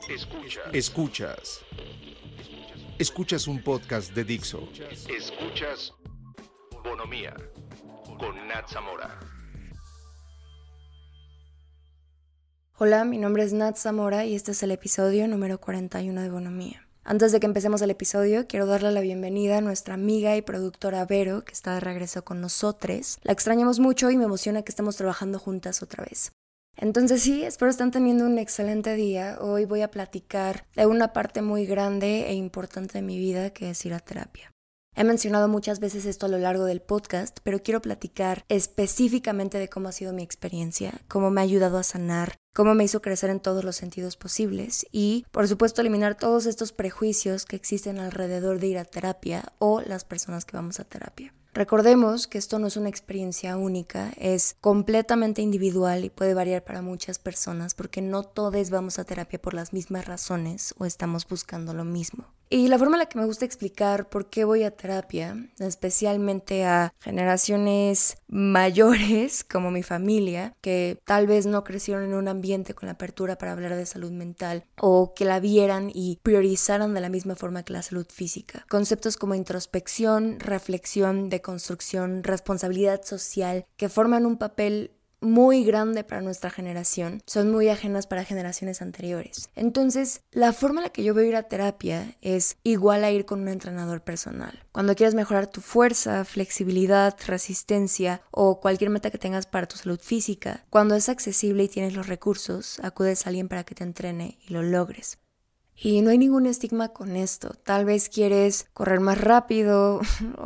Escuchas un podcast de Dixo. Escuchas Bonomía con Nat Zamora. Hola, mi nombre es Nat Zamora y este es el episodio número 41 de Bonomía. Antes de que empecemos el episodio, quiero darle la bienvenida a nuestra amiga y productora Vero, que está de regreso con nosotros. La extrañamos mucho y me emociona que estemos trabajando juntas otra vez. Entonces sí, espero estén teniendo un excelente día. Hoy voy a platicar de una parte muy grande e importante de mi vida, que es ir a terapia. He mencionado muchas veces esto a lo largo del podcast, pero quiero platicar específicamente de cómo ha sido mi experiencia, cómo me ha ayudado a sanar, cómo me hizo crecer en todos los sentidos posibles y, por supuesto, eliminar todos estos prejuicios que existen alrededor de ir a terapia o las personas que vamos a terapia. Recordemos que esto no es una experiencia única, es completamente individual y puede variar para muchas personas porque no todos vamos a terapia por las mismas razones o estamos buscando lo mismo. Y la forma en la que me gusta explicar por qué voy a terapia, especialmente a generaciones mayores como mi familia, que tal vez no crecieron en un ambiente con la apertura para hablar de salud mental o que la vieran y priorizaran de la misma forma que la salud física. Conceptos como introspección, reflexión, deconstrucción, responsabilidad social, que forman un papel muy grande para nuestra generación, son muy ajenas para generaciones anteriores. Entonces, la forma en la que yo veo ir a terapia es igual a ir con un entrenador personal. Cuando quieres mejorar tu fuerza, flexibilidad, resistencia o cualquier meta que tengas para tu salud física, cuando es accesible y tienes los recursos, acudes a alguien para que te entrene y lo logres. Y no hay ningún estigma con esto. Tal vez quieres correr más rápido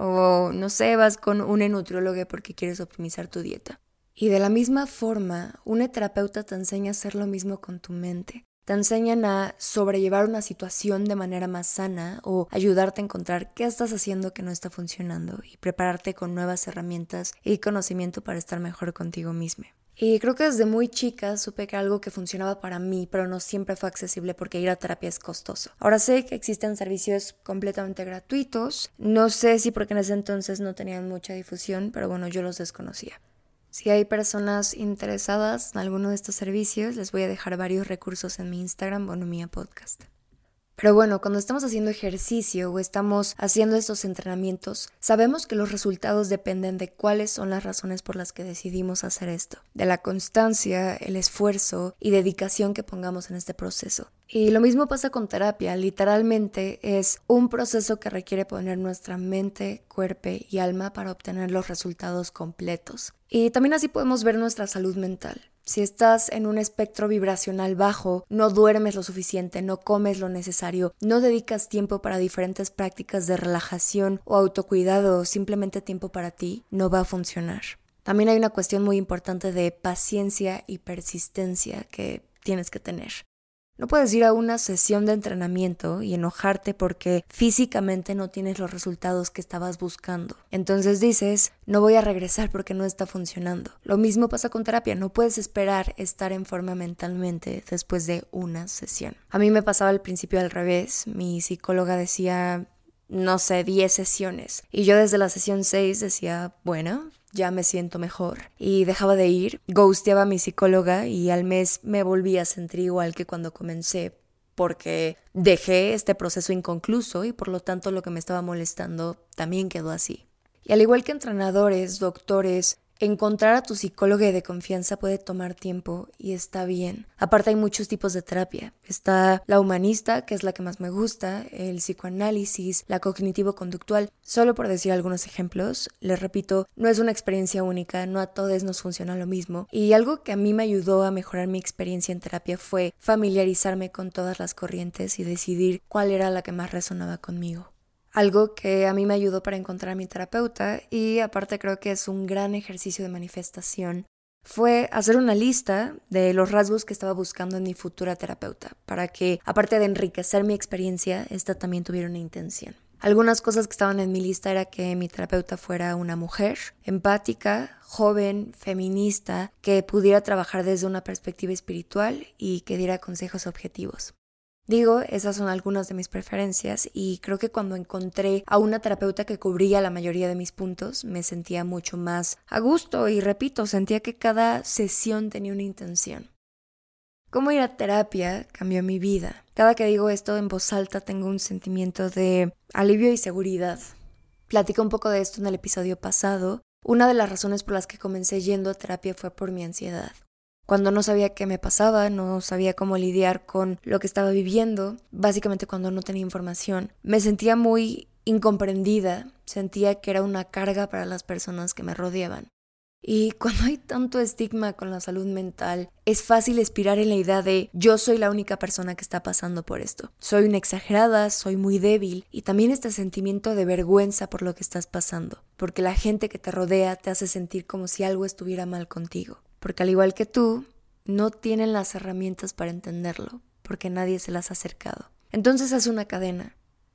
o no sé, vas con un nutriólogo porque quieres optimizar tu dieta. Y de la misma forma, un terapeuta te enseña a hacer lo mismo con tu mente. Te enseñan a sobrellevar una situación de manera más sana o ayudarte a encontrar qué estás haciendo que no está funcionando y prepararte con nuevas herramientas y conocimiento para estar mejor contigo mismo. Y creo que desde muy chica supe que algo que funcionaba para mí, pero no siempre fue accesible porque ir a terapia es costoso. Ahora sé que existen servicios completamente gratuitos. No sé si porque en ese entonces no tenían mucha difusión, pero bueno, yo los desconocía. Si hay personas interesadas en alguno de estos servicios, les voy a dejar varios recursos en mi Instagram, Bonomía Podcast. Pero bueno, cuando estamos haciendo ejercicio o estamos haciendo estos entrenamientos, sabemos que los resultados dependen de cuáles son las razones por las que decidimos hacer esto, de la constancia, el esfuerzo y dedicación que pongamos en este proceso. Y lo mismo pasa con terapia, literalmente es un proceso que requiere poner nuestra mente, cuerpo y alma para obtener los resultados completos. Y también así podemos ver nuestra salud mental. Si estás en un espectro vibracional bajo, no duermes lo suficiente, no comes lo necesario, no dedicas tiempo para diferentes prácticas de relajación o autocuidado o simplemente tiempo para ti, no va a funcionar. También hay una cuestión muy importante de paciencia y persistencia que tienes que tener. No puedes ir a una sesión de entrenamiento y enojarte porque físicamente no tienes los resultados que estabas buscando. Entonces dices, no voy a regresar porque no está funcionando. Lo mismo pasa con terapia, no puedes esperar estar en forma mentalmente después de una sesión. A mí me pasaba al principio al revés, mi psicóloga decía, no sé, 10 sesiones. Y yo desde la sesión 6 decía, bueno, ya me siento mejor. Y dejaba de ir, ghosteaba a mi psicóloga y al mes me volví a sentir igual que cuando comencé porque dejé este proceso inconcluso y por lo tanto lo que me estaba molestando también quedó así. Y al igual que entrenadores, doctores, encontrar a tu psicólogo de confianza puede tomar tiempo y está bien. Aparte hay muchos tipos de terapia. Está la humanista, que es la que más me gusta, el psicoanálisis, la cognitivo-conductual. Solo por decir algunos ejemplos, les repito, no es una experiencia única, no a todos nos funciona lo mismo. Y algo que a mí me ayudó a mejorar mi experiencia en terapia fue familiarizarme con todas las corrientes y decidir cuál era la que más resonaba conmigo. Algo que a mí me ayudó para encontrar a mi terapeuta y aparte creo que es un gran ejercicio de manifestación fue hacer una lista de los rasgos que estaba buscando en mi futura terapeuta para que, aparte de enriquecer mi experiencia, esta también tuviera una intención. Algunas cosas que estaban en mi lista era que mi terapeuta fuera una mujer empática, joven, feminista, que pudiera trabajar desde una perspectiva espiritual y que diera consejos objetivos. Digo, esas son algunas de mis preferencias y creo que cuando encontré a una terapeuta que cubría la mayoría de mis puntos, me sentía mucho más a gusto y repito, sentía que cada sesión tenía una intención. Cómo ir a terapia cambió mi vida. Cada que digo esto en voz alta tengo un sentimiento de alivio y seguridad. Platico un poco de esto en el episodio pasado. Una de las razones por las que comencé yendo a terapia fue por mi ansiedad. Cuando no sabía qué me pasaba, no sabía cómo lidiar con lo que estaba viviendo, básicamente cuando no tenía información, me sentía muy incomprendida, sentía que era una carga para las personas que me rodeaban. Y cuando hay tanto estigma con la salud mental, es fácil expirar en la idea de yo soy la única persona que está pasando por esto. Soy una exagerada, soy muy débil y también este sentimiento de vergüenza por lo que estás pasando, porque la gente que te rodea te hace sentir como si algo estuviera mal contigo, porque al igual que tú, no tienen las herramientas para entenderlo, porque nadie se las ha acercado. Entonces es una cadena.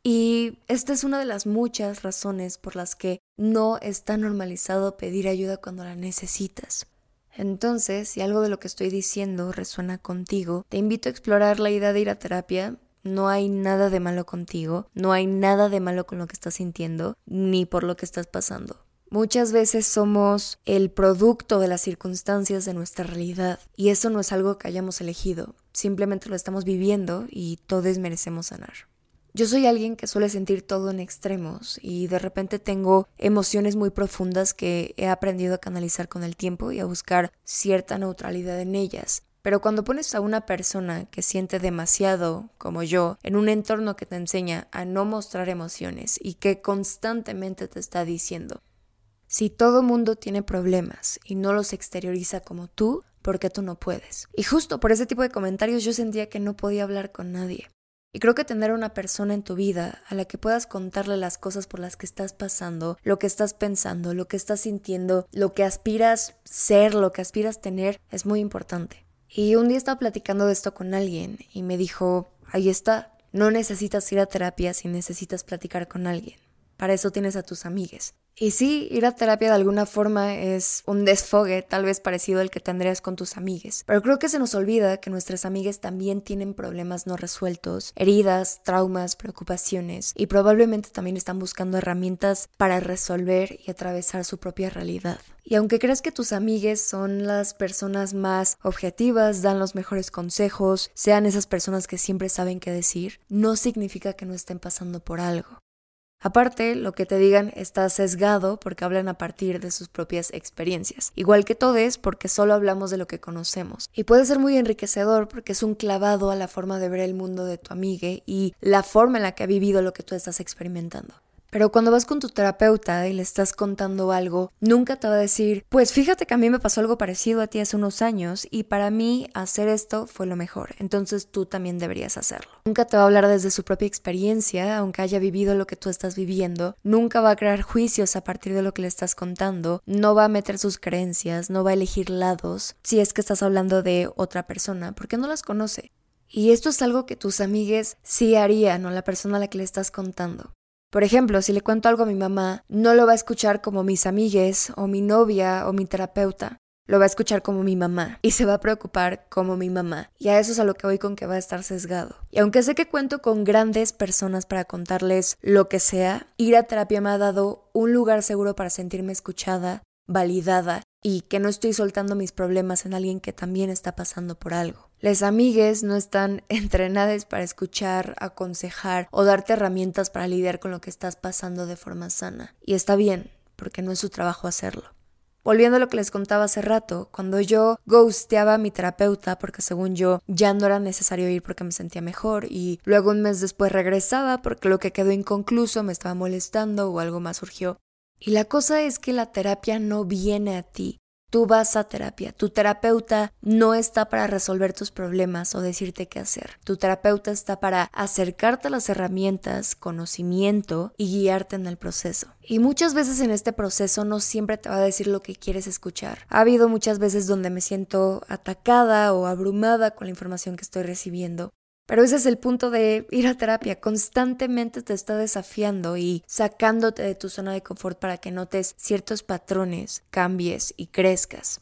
Y esta es una de las muchas razones por las que no está normalizado pedir ayuda cuando la necesitas. Entonces, si algo de lo que estoy diciendo resuena contigo, te invito a explorar la idea de ir a terapia. No hay nada de malo contigo, no hay nada de malo con lo que estás sintiendo, ni por lo que estás pasando. Muchas veces somos el producto de las circunstancias de nuestra realidad y eso no es algo que hayamos elegido, simplemente lo estamos viviendo y todos merecemos sanar. Yo soy alguien que suele sentir todo en extremos y de repente tengo emociones muy profundas que he aprendido a canalizar con el tiempo y a buscar cierta neutralidad en ellas. Pero cuando pones a una persona que siente demasiado, como yo, en un entorno que te enseña a no mostrar emociones y que constantemente te está diciendo, si todo mundo tiene problemas y no los exterioriza como tú, ¿por qué tú no puedes? Y justo por ese tipo de comentarios yo sentía que no podía hablar con nadie. Y creo que tener una persona en tu vida a la que puedas contarle las cosas por las que estás pasando, lo que estás pensando, lo que estás sintiendo, lo que aspiras ser, lo que aspiras tener, es muy importante. Y un día estaba platicando de esto con alguien y me dijo, ahí está, no necesitas ir a terapia si necesitas platicar con alguien. Para eso tienes a tus amigues. Y sí, ir a terapia de alguna forma es un desfogue, tal vez parecido al que tendrías con tus amigues. Pero creo que se nos olvida que nuestras amigues también tienen problemas no resueltos, heridas, traumas, preocupaciones, y probablemente también están buscando herramientas para resolver y atravesar su propia realidad. Y aunque creas que tus amigues son las personas más objetivas, dan los mejores consejos, sean esas personas que siempre saben qué decir, no significa que no estén pasando por algo. Aparte, lo que te digan está sesgado porque hablan a partir de sus propias experiencias. Igual que todos, porque solo hablamos de lo que conocemos. Y puede ser muy enriquecedor porque es un clavado a la forma de ver el mundo de tu amigue y la forma en la que ha vivido lo que tú estás experimentando. Pero cuando vas con tu terapeuta y le estás contando algo, nunca te va a decir, pues fíjate que a mí me pasó algo parecido a ti hace unos años y para mí hacer esto fue lo mejor, entonces tú también deberías hacerlo. Nunca te va a hablar desde su propia experiencia, aunque haya vivido lo que tú estás viviendo, nunca va a crear juicios a partir de lo que le estás contando, no va a meter sus creencias, no va a elegir lados si es que estás hablando de otra persona, porque no las conoce. Y esto es algo que tus amigues sí harían o la persona a la que le estás contando. Por ejemplo, si le cuento algo a mi mamá, no lo va a escuchar como mis amigues o mi novia o mi terapeuta. Lo va a escuchar como mi mamá y se va a preocupar como mi mamá. Y a eso es a lo que voy con que va a estar sesgado. Y aunque sé que cuento con grandes personas para contarles lo que sea, ir a terapia me ha dado un lugar seguro para sentirme escuchada, validada y que no estoy soltando mis problemas en alguien que también está pasando por algo. Las amigues no están entrenadas para escuchar, aconsejar o darte herramientas para lidiar con lo que estás pasando de forma sana. Y está bien, porque no es su trabajo hacerlo. Volviendo a lo que les contaba hace rato, cuando yo ghosteaba a mi terapeuta porque según yo ya no era necesario ir porque me sentía mejor y luego un mes después regresaba porque lo que quedó inconcluso me estaba molestando o algo más surgió. Y la cosa es que la terapia no viene a ti. Tú vas a terapia. Tu terapeuta no está para resolver tus problemas o decirte qué hacer. Tu terapeuta está para acercarte a las herramientas, conocimiento y guiarte en el proceso. Y muchas veces en este proceso no siempre te va a decir lo que quieres escuchar. Ha habido muchas veces donde me siento atacada o abrumada con la información que estoy recibiendo. Pero ese es el punto de ir a terapia. Constantemente te está desafiando y sacándote de tu zona de confort para que notes ciertos patrones, cambies y crezcas.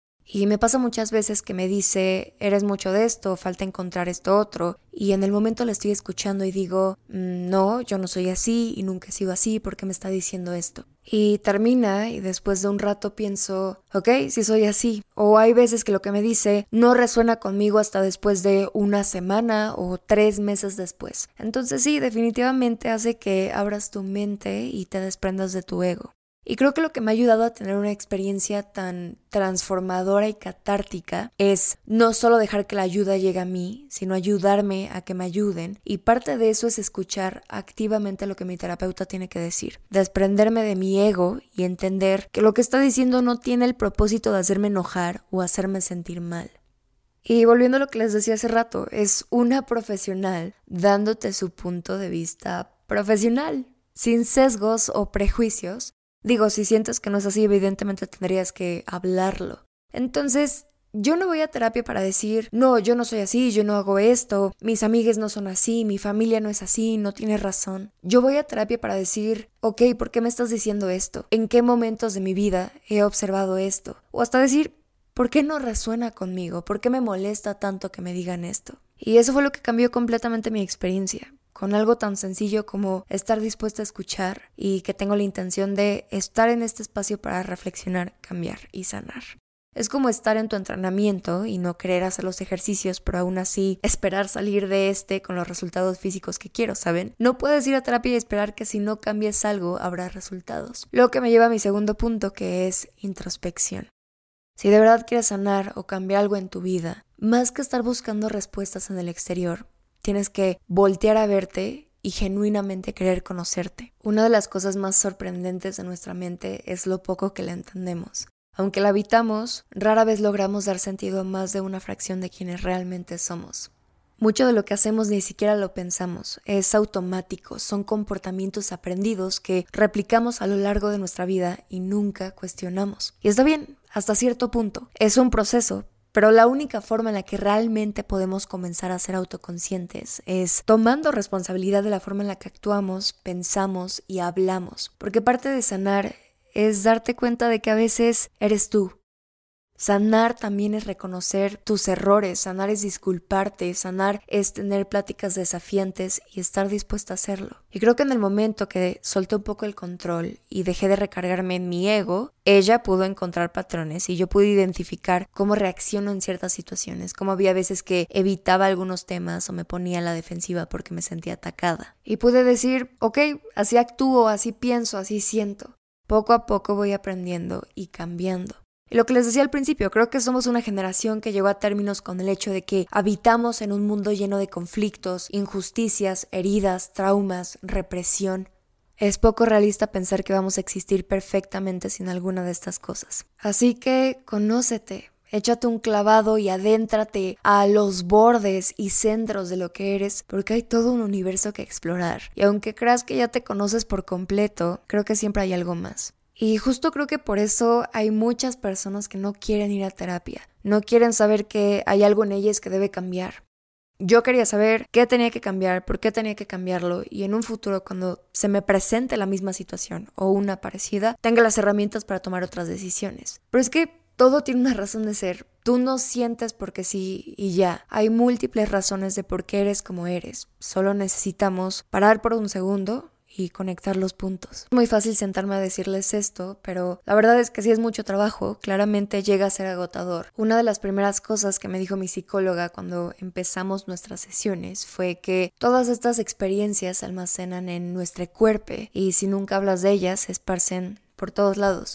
Y me pasa muchas veces que me dice, eres mucho de esto, falta encontrar esto otro. Y en el momento la estoy escuchando y digo, no, yo no soy así y nunca he sido así, ¿por qué me está diciendo esto? Y termina y después de un rato pienso, ok, sí soy así. O hay veces que lo que me dice no resuena conmigo hasta después de una semana o 3 meses después. Entonces sí, definitivamente hace que abras tu mente y te desprendas de tu ego. Y creo que lo que me ha ayudado a tener una experiencia tan transformadora y catártica es no solo dejar que la ayuda llegue a mí, sino ayudarme a que me ayuden. Y parte de eso es escuchar activamente lo que mi terapeuta tiene que decir. Desprenderme de mi ego y entender que lo que está diciendo no tiene el propósito de hacerme enojar o hacerme sentir mal. Y volviendo a lo que les decía hace rato, es una profesional dándote su punto de vista profesional, sin sesgos o prejuicios. Digo, si sientes que no es así, evidentemente tendrías que hablarlo. Entonces, yo no voy a terapia para decir, no, yo no soy así, yo no hago esto, mis amigues no son así, mi familia no es así, no tienes razón. Yo voy a terapia para decir, ok, ¿por qué me estás diciendo esto? ¿En qué momentos de mi vida he observado esto? O hasta decir, ¿por qué no resuena conmigo? ¿Por qué me molesta tanto que me digan esto? Y eso fue lo que cambió completamente mi experiencia. Con algo tan sencillo como estar dispuesta a escuchar y que tengo la intención de estar en este espacio para reflexionar, cambiar y sanar. Es como estar en tu entrenamiento y no querer hacer los ejercicios, pero aún así esperar salir de con los resultados físicos que quiero, ¿saben? No puedes ir a terapia y esperar que si no cambies algo habrá resultados. Lo que me lleva a mi segundo punto, que es introspección. Si de verdad quieres sanar o cambiar algo en tu vida, más que estar buscando respuestas en el exterior, tienes que voltear a verte y genuinamente querer conocerte. Una de las cosas más sorprendentes de nuestra mente es lo poco que la entendemos. Aunque la habitamos, rara vez logramos dar sentido a más de una fracción de quienes realmente somos. Mucho de lo que hacemos ni siquiera lo pensamos, es automático, son comportamientos aprendidos que replicamos a lo largo de nuestra vida y nunca cuestionamos. Y está bien, hasta cierto punto. Es un proceso. Pero la única forma en la que realmente podemos comenzar a ser autoconscientes es tomando responsabilidad de la forma en la que actuamos, pensamos y hablamos. Porque parte de sanar es darte cuenta de que a veces eres tú. Sanar también es reconocer tus errores, sanar es disculparte, sanar es tener pláticas desafiantes y estar dispuesta a hacerlo. Y creo que en el momento que solté un poco el control y dejé de recargarme en mi ego, ella pudo encontrar patrones y yo pude identificar cómo reacciono en ciertas situaciones, cómo había veces que evitaba algunos temas o me ponía a la defensiva porque me sentía atacada. Y pude decir, ok, así actúo, así pienso, así siento. Poco a poco voy aprendiendo y cambiando. Y lo que les decía al principio, creo que somos una generación que llegó a términos con el hecho de que habitamos en un mundo lleno de conflictos, injusticias, heridas, traumas, represión. Es poco realista pensar que vamos a existir perfectamente sin alguna de estas cosas. Así que conócete, échate un clavado y adéntrate a los bordes y centros de lo que eres, porque hay todo un universo que explorar. Y aunque creas que ya te conoces por completo, creo que siempre hay algo más. Y justo creo que por eso hay muchas personas que no quieren ir a terapia. No quieren saber que hay algo en ellas que debe cambiar. Yo quería saber qué tenía que cambiar, por qué tenía que cambiarlo y en un futuro cuando se me presente la misma situación o una parecida, tenga las herramientas para tomar otras decisiones. Pero es que todo tiene una razón de ser. Tú no sientes porque sí y ya. Hay múltiples razones de por qué eres como eres. Solo necesitamos parar por un segundo y conectar los puntos. Es muy fácil sentarme a decirles esto, pero la verdad es que sí es mucho trabajo, claramente llega a ser agotador. Una de las primeras cosas que me dijo mi psicóloga cuando empezamos nuestras sesiones fue que todas estas experiencias se almacenan en nuestro cuerpo y si nunca hablas de ellas se esparcen por todos lados.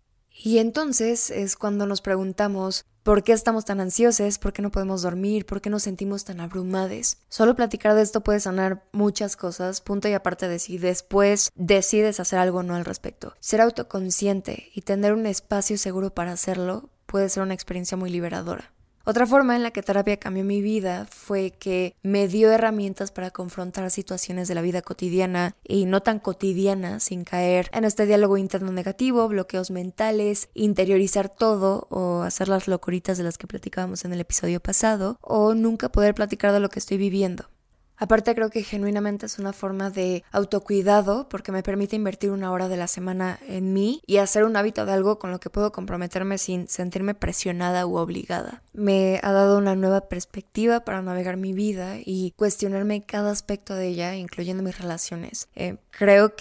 Y entonces es cuando nos preguntamos ¿por qué estamos tan ansiosos? ¿Por qué no podemos dormir? ¿Por qué nos sentimos tan abrumados? Solo platicar de esto puede sanar muchas cosas, punto y aparte de si después decides hacer algo o no al respecto. Ser autoconsciente y tener un espacio seguro para hacerlo puede ser una experiencia muy liberadora. Otra forma en la que terapia cambió mi vida fue que me dio herramientas para confrontar situaciones de la vida cotidiana y no tan cotidiana sin caer en este diálogo interno negativo, bloqueos mentales, interiorizar todo o hacer las locuritas de las que platicábamos en el episodio pasado o nunca poder platicar de lo que estoy viviendo. Aparte creo que genuinamente es una forma de autocuidado porque me permite invertir 1 hora de la semana en mí y hacer un hábito de algo con lo que puedo comprometerme sin sentirme presionada u obligada. Me ha dado una nueva perspectiva para navegar mi vida y cuestionarme cada aspecto de ella, incluyendo mis relaciones. Creo que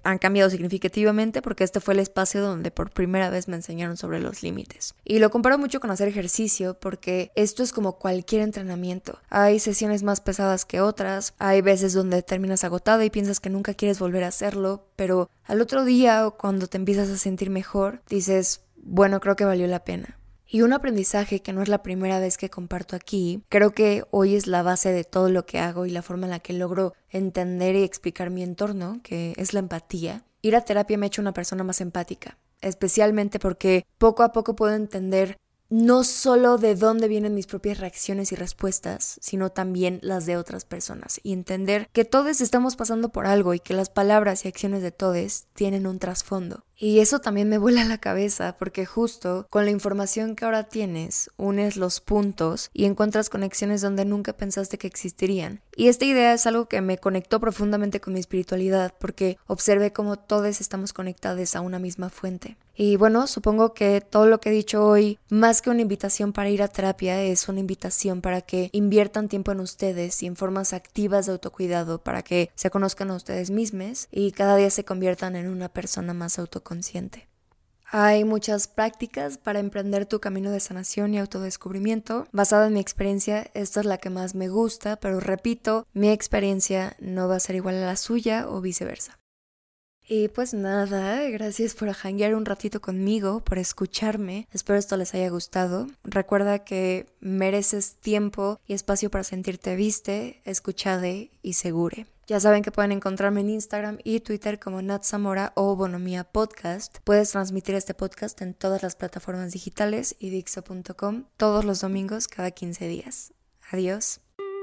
han cambiado significativamente porque este fue el espacio donde por primera vez me enseñaron sobre los límites. Y lo comparo mucho con hacer ejercicio porque esto es como cualquier entrenamiento. Hay sesiones más pesadas que otras, hay veces donde terminas agotada y piensas que nunca quieres volver a hacerlo, pero al otro día o cuando te empiezas a sentir mejor, dices, bueno, creo que valió la pena. Y un aprendizaje que no es la primera vez que comparto aquí, creo que hoy es la base de todo lo que hago y la forma en la que logro entender y explicar mi entorno, que es la empatía. Ir a terapia me ha hecho una persona más empática, especialmente porque poco a poco puedo entender no solo de dónde vienen mis propias reacciones y respuestas, sino también las de otras personas y entender que todos estamos pasando por algo y que las palabras y acciones de todos tienen un trasfondo. Y eso también me vuela la cabeza porque justo con la información que ahora tienes, unes los puntos y encuentras conexiones donde nunca pensaste que existirían. Y esta idea es algo que me conectó profundamente con mi espiritualidad porque observé cómo todos estamos conectados a una misma fuente. Y bueno, supongo que todo lo que he dicho hoy, más que una invitación para ir a terapia, es una invitación para que inviertan tiempo en ustedes y en formas activas de autocuidado para que se conozcan a ustedes mismos y cada día se conviertan en una persona más autoconsciente. Hay muchas prácticas para emprender tu camino de sanación y autodescubrimiento. Basada en mi experiencia, esta es la que más me gusta, pero repito, mi experiencia no va a ser igual a la suya o viceversa. Y pues nada, gracias por janguear un ratito conmigo, por escucharme. Espero esto les haya gustado. Recuerda que mereces tiempo y espacio para sentirte viste, escuchade y segure. Ya saben que pueden encontrarme en Instagram y Twitter como Nat Zamora o Bonomía Podcast. Puedes transmitir este podcast en todas las plataformas digitales y Dixo.com todos los domingos cada 15 días. Adiós.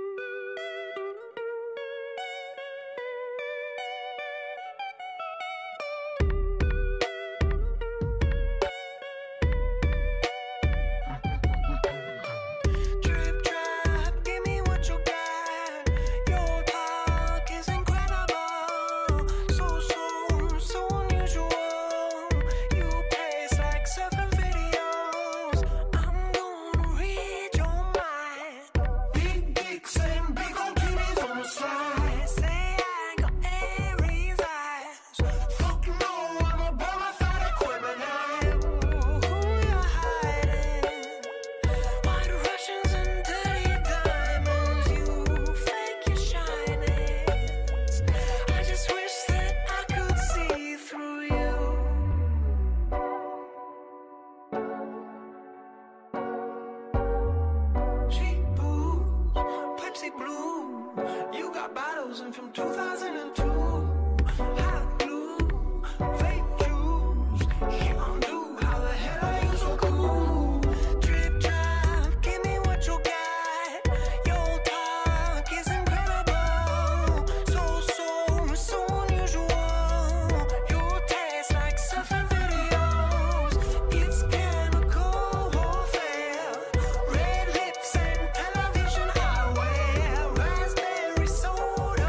From 2002, hot glue, fake juice, can't do. How the hell are you so cool? Drip drop, give me what you got. Your talk is incredible, so unusual. You taste like surfing videos. It's chemical warfare, red lips and television eyewear, raspberry soda.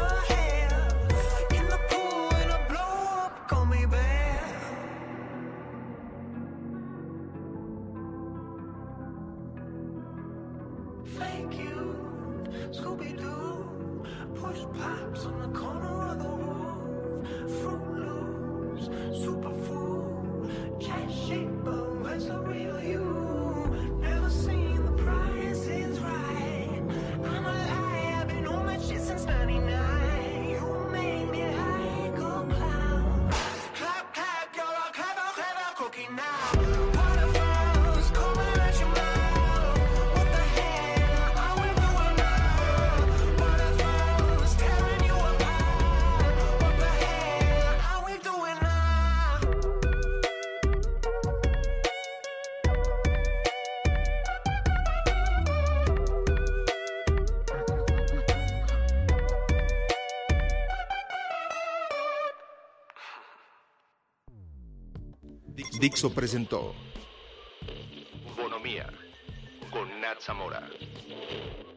Fake you, Scooby-Doo, push pops on the corner of the roof, Fruit Loops, superfood, chat shit, but where's the real you? Never seen the Price is Right. I'm a lie, I've been on that shit since 99. You made me like a clown. Clap, clap, you're a clever, clever cookie now. Waterfalls coming at your mouth. Dixo presentó Bonomía con Nat Zamora.